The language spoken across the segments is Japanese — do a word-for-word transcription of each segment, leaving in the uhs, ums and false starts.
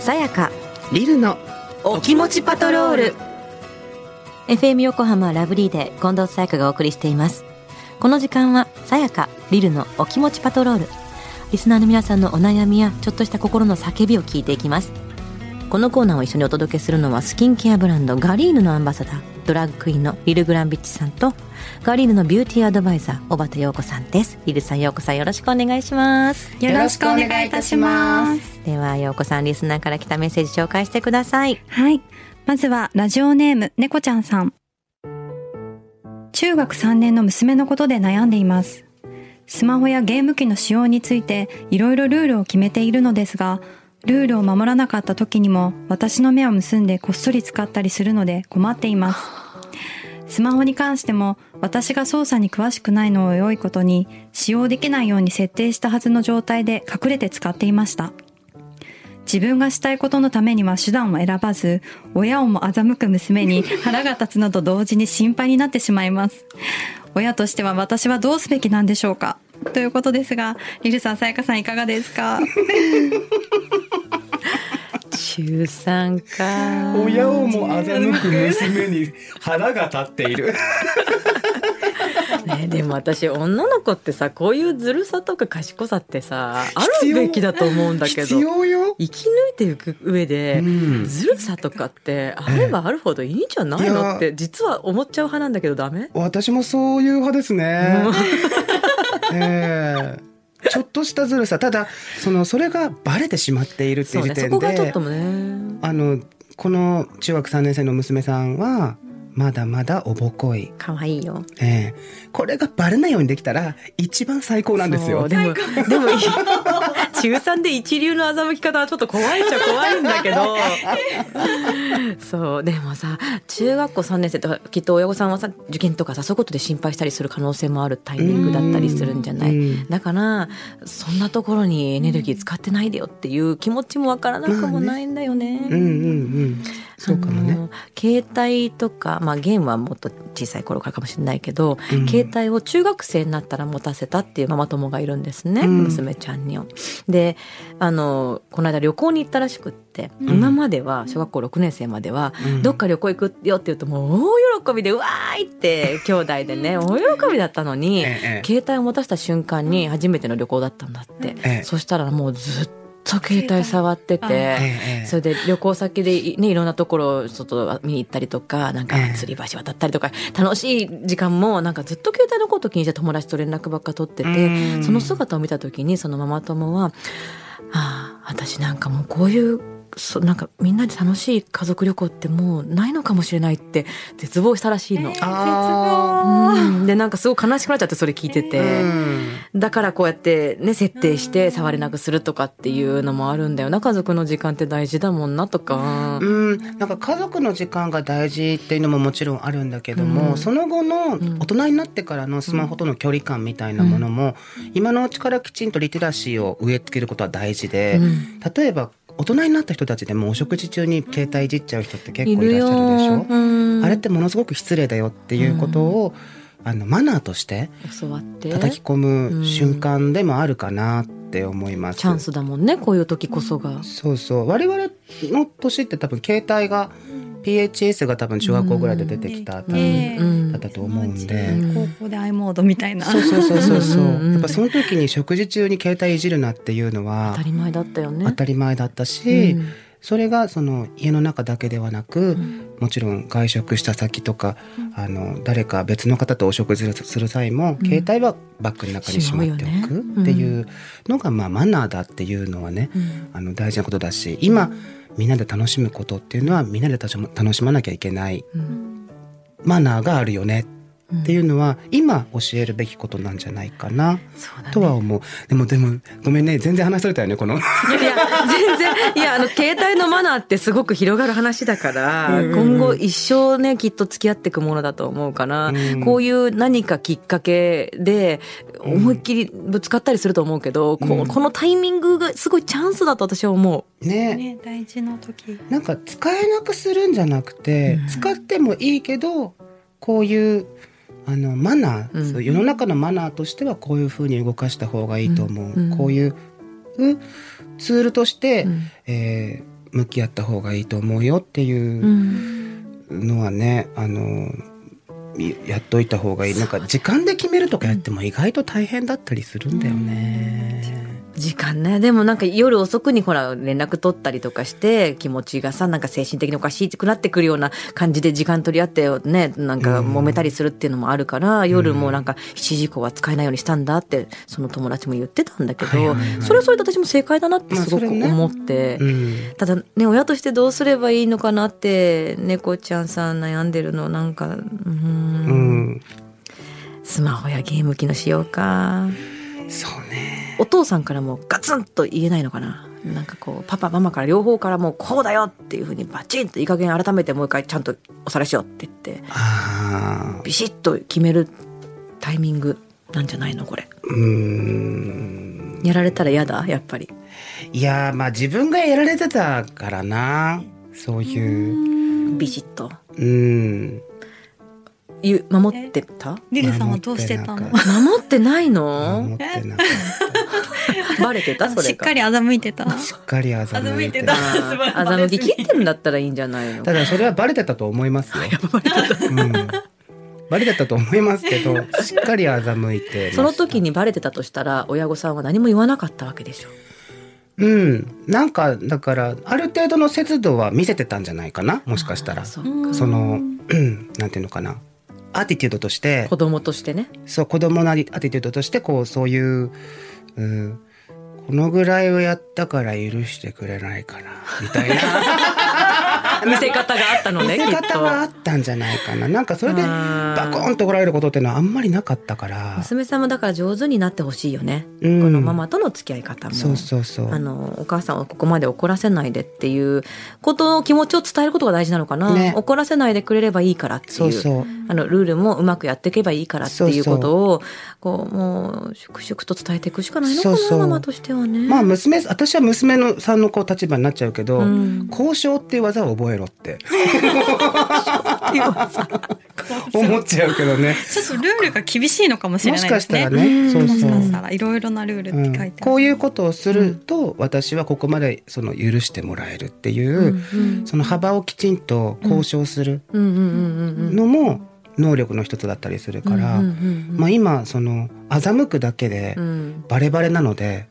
さやかリルのお気持ちパトロール。 エフエム 横浜ラブリーで近藤さやかがお送りしています。この時間はさやかリルのお気持ちパトロール。リスナーの皆さんのお悩みやちょっとした心の叫びを聞いていきます。このコーナーを一緒にお届けするのはスキンケアブランドガリーヌのアンバサダー、ドラッグクイーンのリル・グランビッチさんとガリーヌのビューティーアドバイザー小畑陽子さんです。リルさん、陽子さん、よろしくお願いします。 よろしくお願いいたします。 では陽子さん、リスナーから来たメッセージ紹介してください。 はい、まずはラジオネーム猫ちゃんさん。中学さんねんの娘のことで悩んでいます。スマホやゲーム機の使用についていろいろルールを決めているのですが、ルールを守らなかった時にも私の目を結んでこっそり使ったりするので困っています。スマホに関しても私が操作に詳しくないのを良いことに使用できないように設定したはずの状態で隠れて使っていました。自分がしたいことのためには手段を選ばず、親をも欺く娘に腹が立つのと同時に心配になってしまいます。親としては私はどうすべきなんでしょうか、ということですが、リルさん、さやかさん、いかがですか？ 中さんか。 親をも欺く娘に腹が立っているね、でも私女の子ってさ、こういうずるさとか賢さってさあるべきだと思うんだけど、 必要よ。 生き抜いていく上で、うん、ずるさとかってあればあるほどいいんじゃないの、ええ、って実は思っちゃう派なんだけど、ダメ？ 私もそういう派ですね、えー、ちょっとしたずるさ、ただそのそれがバレてしまっているっていう時点で、 そ, う、ね、そこがちょっともね、 あのこの中学さんねん生の娘さんはまだまだおぼこい、 かわいいよ、 えー、これがバレないようにできたら一番最高なんですよ。 でもでも中さんで一流の欺き方はちょっと怖いっちゃ怖いんだけどそう、でもさ、中学校さんねん生ときっと親御さんはさ、受験とかさ、そういうことで心配したりする可能性もあるタイミングだったりするんじゃない？だからそんなところにエネルギー使ってないでよっていう気持ちもわからなくもないんだよね。 まあね、うんうんうん、そうかもね。 携帯とか、まあ、ゲームはもっと小さい頃からかもしれないけど、うん、携帯を中学生になったら持たせたっていうママ友がいるんですね、うん、娘ちゃんに。で、あのこの間旅行に行ったらしくって、うん、今までは小学校ろくねん生までは、うん、どっか旅行行くよって言うともう大喜びでうわーいって兄弟でね大喜びだったのに、ええ、携帯を持たせた瞬間に初めての旅行だったんだって、ええ、そしたらもうずっと携帯触ってて、それで旅行先で、ね、いろんなところを外見に行ったりとか、なんか吊り橋渡ったりとか、楽しい時間もなんかずっと携帯のこと気にして友達と連絡ばっか取ってて、その姿を見た時にそのママ友は、ああ、私なんかもうこういうそなんかみんなで楽しい家族旅行ってもうないのかもしれないって絶望したらしいの、えー、絶望、うん、でなんかすごい悲しくなっちゃって、それ聞いてて、えー、だからこうやってね設定して触れなくするとかっていうのもあるんだよな。家族の時間って大事だもんなとか、 うん、なんか家族の時間が大事っていうのももちろんあるんだけども、うん、その後の大人になってからのスマホとの距離感みたいなものも、うん、今のうちからきちんとリテラシーを植え付けることは大事で、うん、例えば大人になった人たちでもお食事中に携帯いじっちゃう人って結構いらっしゃるでしょ、うん、あれってものすごく失礼だよっていうことを、うん、あのマナーとして叩き込む瞬間でもあるかなって思います、うん、 チャンスだもんね、こういう時こそが。 そうそう、我々の年って多分携帯がピーエイチエス が多分中学校ぐらいで出てきたあたりだったと思うんで、 うん、高校で i モードみたいな、 そうそうそうそうそう、やっぱその時に食事中に携帯いじるなっていうのは当たり前だったよね。 当たり前だったし、うん、それがその家の中だけではなく、うん、もちろん外食した先とか、うん、あの誰か別の方とお食事する際も、うん、携帯はバッグの中にしまっておくっていうのが、まあ、マナーだっていうのはね、うん、あの大事なことだし、今みんなで楽しむことっていうのはみんなで楽しまなきゃいけない、うん、マナーがあるよねっていうのは、うん、今教えるべきことなんじゃないかな、とは思う。でもでもごめんね、全然話されたよねこのいやいや全然いや、あの携帯のマナーってすごく広がる話だから、うんうん、今後一生ねきっと付き合っていくものだと思うから、うん、こういう何かきっかけで思いっきりぶつかったりすると思うけど、うん、こ, このタイミングがすごいチャンスだと私は思う、 ねね、大事な時、 なんか使えなくするんじゃなくて、うん、使ってもいいけどこういうあのマナー、うん、そう世の中のマナーとしてはこういう風に動かした方がいいと思う、うん、こういうツールとして、うん、えー向き合った方がいいと思うよっていうのはね、あのやっといた方がいい。なんか時間で決めるとかやっても意外と大変だったりするんだよね。 時間ね。でもなんか夜遅くにほら連絡取ったりとかして気持ちがさなんか精神的におかしくなってくるような感じで時間取り合ってねなんか揉めたりするっていうのもあるから、うん、夜もなんかしちじ以降は使えないようにしたんだってその友達も言ってたんだけど、はいはいはい、それはそれで私も正解だなってすごく思って、まあねうん、ただね親としてどうすればいいのかなって猫ちゃんさん悩んでるのなんかうーん、うん、スマホやゲーム機の使用か。 そうね。 お父さんからもガツンと言えないのかな。なんかこうパパママから両方からもうこうだよっていう風にバチンといい加減改めてもう一回ちゃんとおさらいしようって言ってあビシッと決めるタイミングなんじゃないのこれ。うーんやられたら嫌だやっぱり。 いやまあ自分がやられてたからなそういうビシッとうん守ってた？ リルさんはどうしてたの？ 守ってないの？ 守ってなかったバレてたそれが。 しっかり欺いてた。 しっかり欺いてた。 欺き切ってるんだったらいいんじゃないの？ ただそれはバレてたと思いますよ。やっぱバレてた。うん、バレてたと思いますけど、しっかり欺いてました。 その時にバレてたとしたら親御さんは何も言わなかったわけでしょ。 うん、なんかだからある程度の節度は見せてたんじゃないかなもしかしたら。その、うん、なんていうのかな。アティテュードとして子供としてねそう子供のアティテュードとしてこうそういう、うん、このぐらいをやったから許してくれないかなみたいな見せ方があったのね見せ方があったんじゃないかな。なんかそれでバコーンと怒られることっていうのはあんまりなかったから娘さんもだから上手になってほしいよね、うん、このママとの付き合い方もそうそうそうあのお母さんをここまで怒らせないでっていうことの気持ちを伝えることが大事なのかな、ね、怒らせないでくれればいいからっていうそうそうあのルールもうまくやっていけばいいからっていうことをこうもう粛々と伝えていくしかないのかな。そうそうママとしてはね。 まあ娘私は娘のさんのこう立場になっちゃうけど、うん、交渉っていう技を覚えろって思っちゃうけどね。 ちょっとルールが厳しいのかもしれないですね。 もしかしたらね。そうそうもしかしたらいろいろなルールって書いてある、うん、 こういうことをすると、うん、私はここまでその許してもらえるっていう、うんうん、その幅をきちんと交渉するのも能力の一つだったりするから、まあ今その欺くだけでバレバレなので、うん、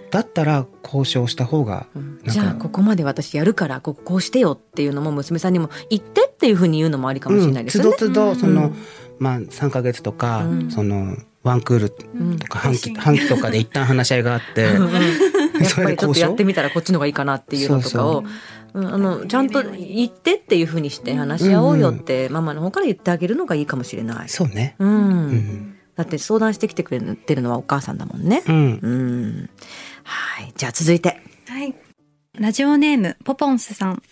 だったら交渉した方がなんか、 じゃあここまで私やるからこここうしてよっていうのも娘さんにも言ってっていうふうに言うのもありかもしれないですよね。 つどつどその、うんまあ、さんかげつとか、うん、そのワンクールとか半期、うん、半期とかで一旦話し合いがあってやっぱりちょっとやってみたらこっちの方がいいかなっていうのとかをそうそう、うん、あのちゃんと言ってっていうふうにして話し合おうよって、うん、ママの方から言ってあげるのがいいかもしれない。 そうね、 うんうん、だって相談してきてくれてるのはお母さんだもんね、うんうん、はい。じゃあ続いて、 はい、ラジオネームポポンスさん。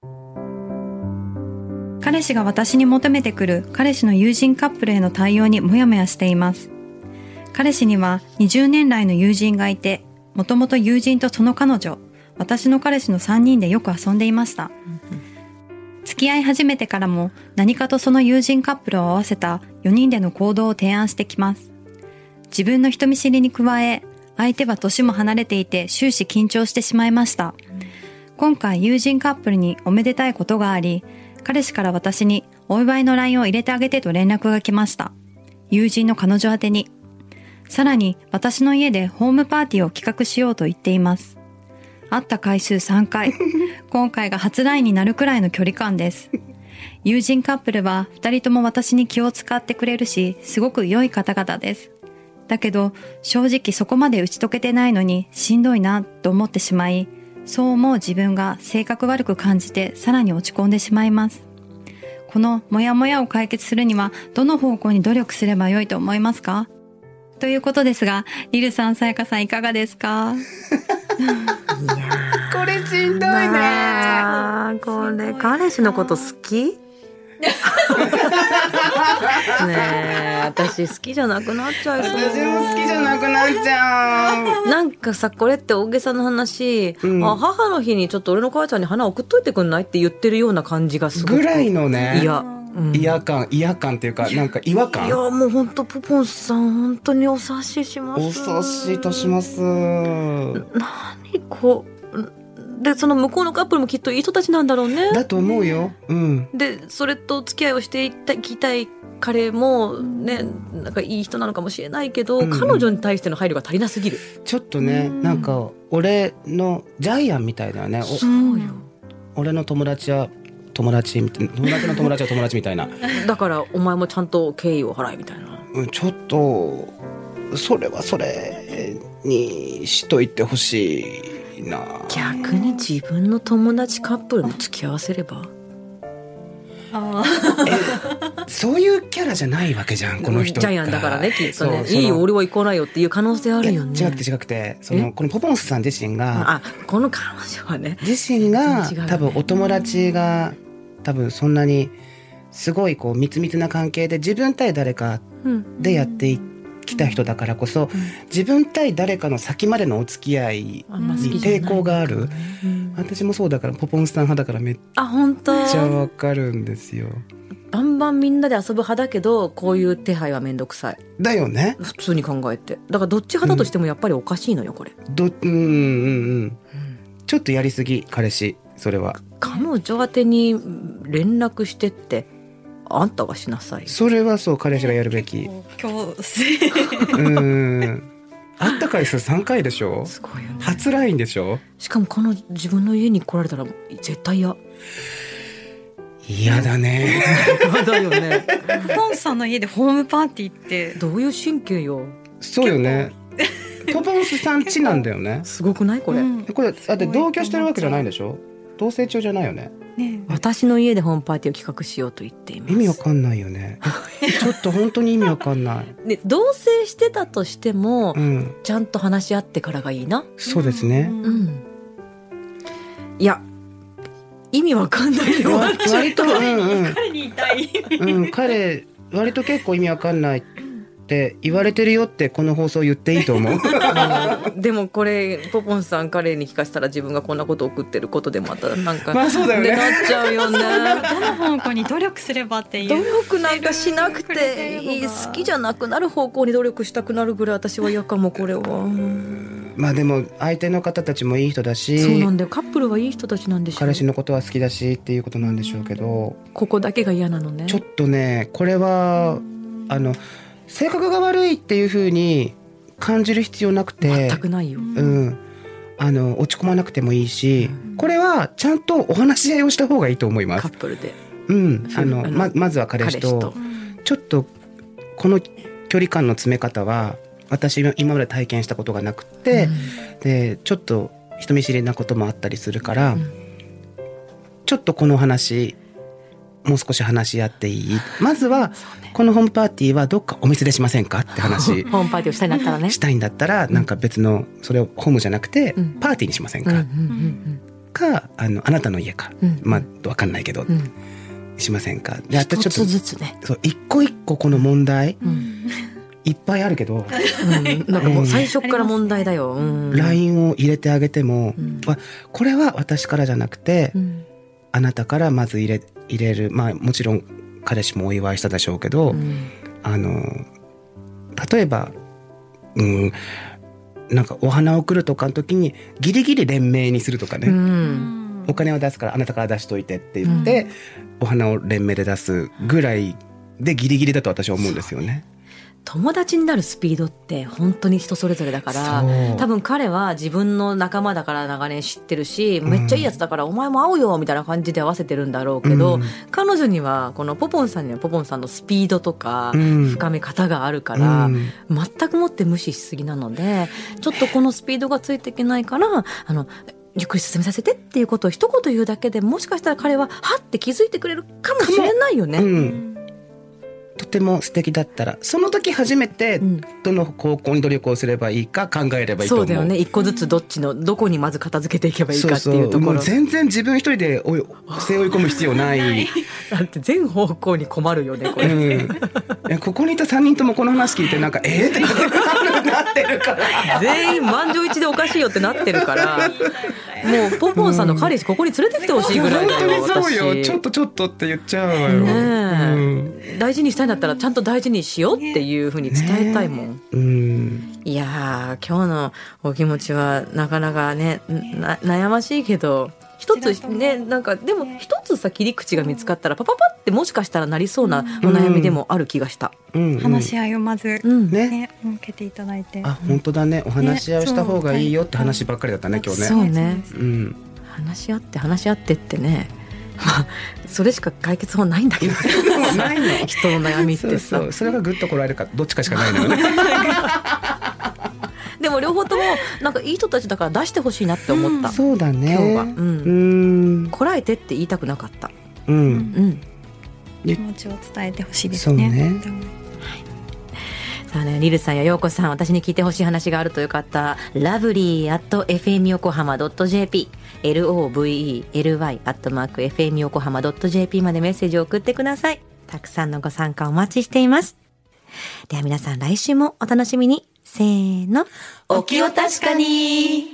彼氏が私に求めてくる彼氏の友人カップルへの対応にモヤモヤしています。彼氏にはにじゅうねん来の友人がいて、もともと友人とその彼女、私の彼氏のさんにんでよく遊んでいました。付き合い始めてからも何かとその友人カップルを合わせたよにんでの行動を提案してきます。自分の人見知りに加え、相手は年も離れていて終始緊張してしまいました。今回友人カップルにおめでたいことがあり、彼氏から私にお祝いの ライン を入れてあげてと連絡が来ました。友人の彼女宛てに。さらに私の家でホームパーティーを企画しようと言っています。会った回数さんかい。今回が初来になるくらいの距離感です。友人カップルはふたりとも私に気を使ってくれるし、すごく良い方々です。だけど正直そこまで打ち解けてないのにしんどいなと思ってしまい、そう思う自分が性格悪く感じてさらに落ち込んでしまいます。このモヤモヤを解決するにはどの方向に努力すればよいと思いますか？ということですが、リルさん、さやかさんいかがですか？ いやこれしんどいね、 まあ、これ彼氏のこと好き？ねえ、私好きじゃなくなっちゃいそう。 私も好きじゃなくなっちゃう。 なんかさ、これって大げさな話、うん、あ母の日にちょっと俺の母ちゃんに花送っといてくんないって言ってるような感じがすごくぐらいのね。 いや、 うん、嫌感嫌感っていうかなんか違和感。 いやもう本当ポポンさん本当にお察しします。 お察しいたします。 何こうでその向こうのカップルもきっといい人たちなんだろうね。 だと思うよ、うん、 でそれと付き合いをしていきたい彼もね、なんかいい人なのかもしれないけど、うん、彼女に対しての配慮が足りなすぎる。 ちょっとね、うん、なんか俺のジャイアンみたいだよね。 そうよ。 俺の友達は友達みたいな、友達の友達は友達みたいなだからお前もちゃんと敬意を払いみたいな、 うん、ちょっとそれはそれにしといてほしいな。 逆に自分の友達カップルも付き合わせれば。 あえそういうキャラじゃないわけじゃんこの人。 ジャイアンだからねきっとね。いいよ俺は行かないよっていう可能性あるよね。 違くて違くてそのこのポポンスさん自身があこの彼女はね自身が、ね、多分お友達が多分そんなにすごいこう密密な関係で自分対誰かでやっていきた人だからこそ、うん、自分対誰かの先までのお付き合いに抵抗がある、うん、私もそうだからポポンスさん派だからめっちゃわかるんですよ。 バンバンみんなで遊ぶ派だけどこういう手配はめんどくさいだよね普通に考えて。だからどっち派だとしてもやっぱりおかしいのよこれ、 うん、どうんうんうん、ちょっとやりすぎ彼氏。それは彼女宛てに連絡してってあんたがしなさい。 それはそう彼氏がやるべき。 強制うん会った回数さんかいでしょ。 すごいよね。 初ラインでしょ。 しかもこの自分の家に来られたら絶対嫌。 嫌だね嫌だよねポンさんの家でホームパーティーってどういう神経よ。 そうよねポポンスさん家なんだよねすごくないこれ、うん、 これだって同居してるわけじゃないでしょ。同棲中じゃないよね。 ね私の家でホームパーティーを企画しようと言っています。 意味わかんないよねちょっと本当に意味わかんない、 ね、同棲してたとしても、 うん、 ちゃんと話し合ってからがいいな。 そうですね、 うん、いや意味わかんないよ割と、うんうん、 彼に言いたい、 うん、彼割と結構意味わかんないって言われてるよってこの放送言っていいと思うでもこれポポンさん彼に聞かせたら自分がこんなこと送ってることでまたなんか、 まあそうだよね、 なっちゃうよねどの方向に努力すればっていう。 努力なんかしなくていい。好きじゃなくなる方向に努力したくなるぐらい私は嫌かもこれは。 まあでも相手の方たちもいい人だし。 そうなんだよカップルはいい人たちなんでしょう。 彼氏のことは好きだしっていうことなんでしょうけど、 ここだけが嫌なのね。 ちょっとねこれはあの性格が悪いっていう風に感じる必要なくて全くないよ、 うん、あの落ち込まなくてもいいし、うん、これはちゃんとお話し合いをした方がいいと思います。 カップルで、 うん、あの ま, まずは彼氏 と, 彼氏とちょっとこの距離感の詰め方は私今まで体験したことがなくて、うん、でちょっと人見知りなこともあったりするから、うん、ちょっとこの話もう少し話し合っていい。まずはこのホームパーティーはどっかお店でしませんかって話ホームパーティーをしたいんだったらねしたいんだったらなんか別のそれをホームじゃなくてパーティーにしませんか、うんうんうんうん、か あのあなたの家か、うん、まあ分かんないけど、うん、しませんか。で一つずつねそう一個一個この問題、うん、いっぱいあるけど、 うん、なんかもう最初から問題だよ、うん、 ライン を入れてあげても、うん、これは私からじゃなくて、うん、あなたからまず入れ入れる、まあもちろん彼氏もお祝いしたでしょうけど、うん、あの例えば、うん、なんかお花を送るとかの時にギリギリ連名にするとかね、うん、お金を出すからあなたから出しといてって言って、うん、お花を連名で出すぐらいでギリギリだと私は思うんですよね。 友達になるスピードって本当に人それぞれだから多分彼は自分の仲間だから長年知ってるし、うん、めっちゃいいやつだからお前も会うよみたいな感じで合わせてるんだろうけど、うん、彼女にはこのポポンさんにはポポンさんのスピードとか深め方があるから、うん、全くもって無視しすぎなのでちょっとこのスピードがついていけないからあのゆっくり進めさせてっていうことを一言言うだけでもしかしたら彼ははって気づいてくれるかもしれないよね。うんとても素敵だったらその時初めてどの方向に努力をすればいいか考えればいいと思う。 そうだよね。一個ずつどっちのどこにまず片付けていけばいいかっていうところ。そうそうもう全然自分一人で背負い込む必要ないだって全方向に困るよねこれ、うん、いやここにいたさんにんともこの話聞いてなんかえーってなってるから全員満場一致でおかしいよってなってるからもうポポンさんの彼氏ここに連れてきてほしいぐらいだよ、 うん、本当にそうよ。ちょっとちょっとって言っちゃうわよ、ねうん、 大事にしたいんだったらちゃんと大事にしようっていうふうに伝えたいもん、 ね、うんいやー今日のお気持ちはなかなかねな悩ましいけど一つねなんかでも一つさ切り口が見つかったらパパパってもしかしたらなりそうなお悩みでもある気がした、 うんうん、話し合いをまず、 うんねね設けていただいてあ本当だねお話し合いをした方がいいよって話ばっかりだったね、ね、今日ねそうね、 うん、 話し合って話し合ってってねそれしか解決法ないんだけどないの人の悩みってさそうそうそれがグッとこられるかどっちかしかないのよねでも両方ともなんかいい人たちだから出してほしいなって思った、うん、 そうだね今日は、うん、 うんこらえてって言いたくなかった、 うんうん、 気持ちを伝えてほしいですね。 そうね、 はい、 さあね、リルさんやヨーコさん私に聞いてほしい話があるとよかったラブリー アット エフエム 横浜 ドット ジェーピー エル オー ブイ イー エル ワイ アットマーク エフエム 横浜 ドット ジェーピー までメッセージを送ってください。たくさんのご参加お待ちしています。では皆さん来週もお楽しみに。せーの、お気を確かに。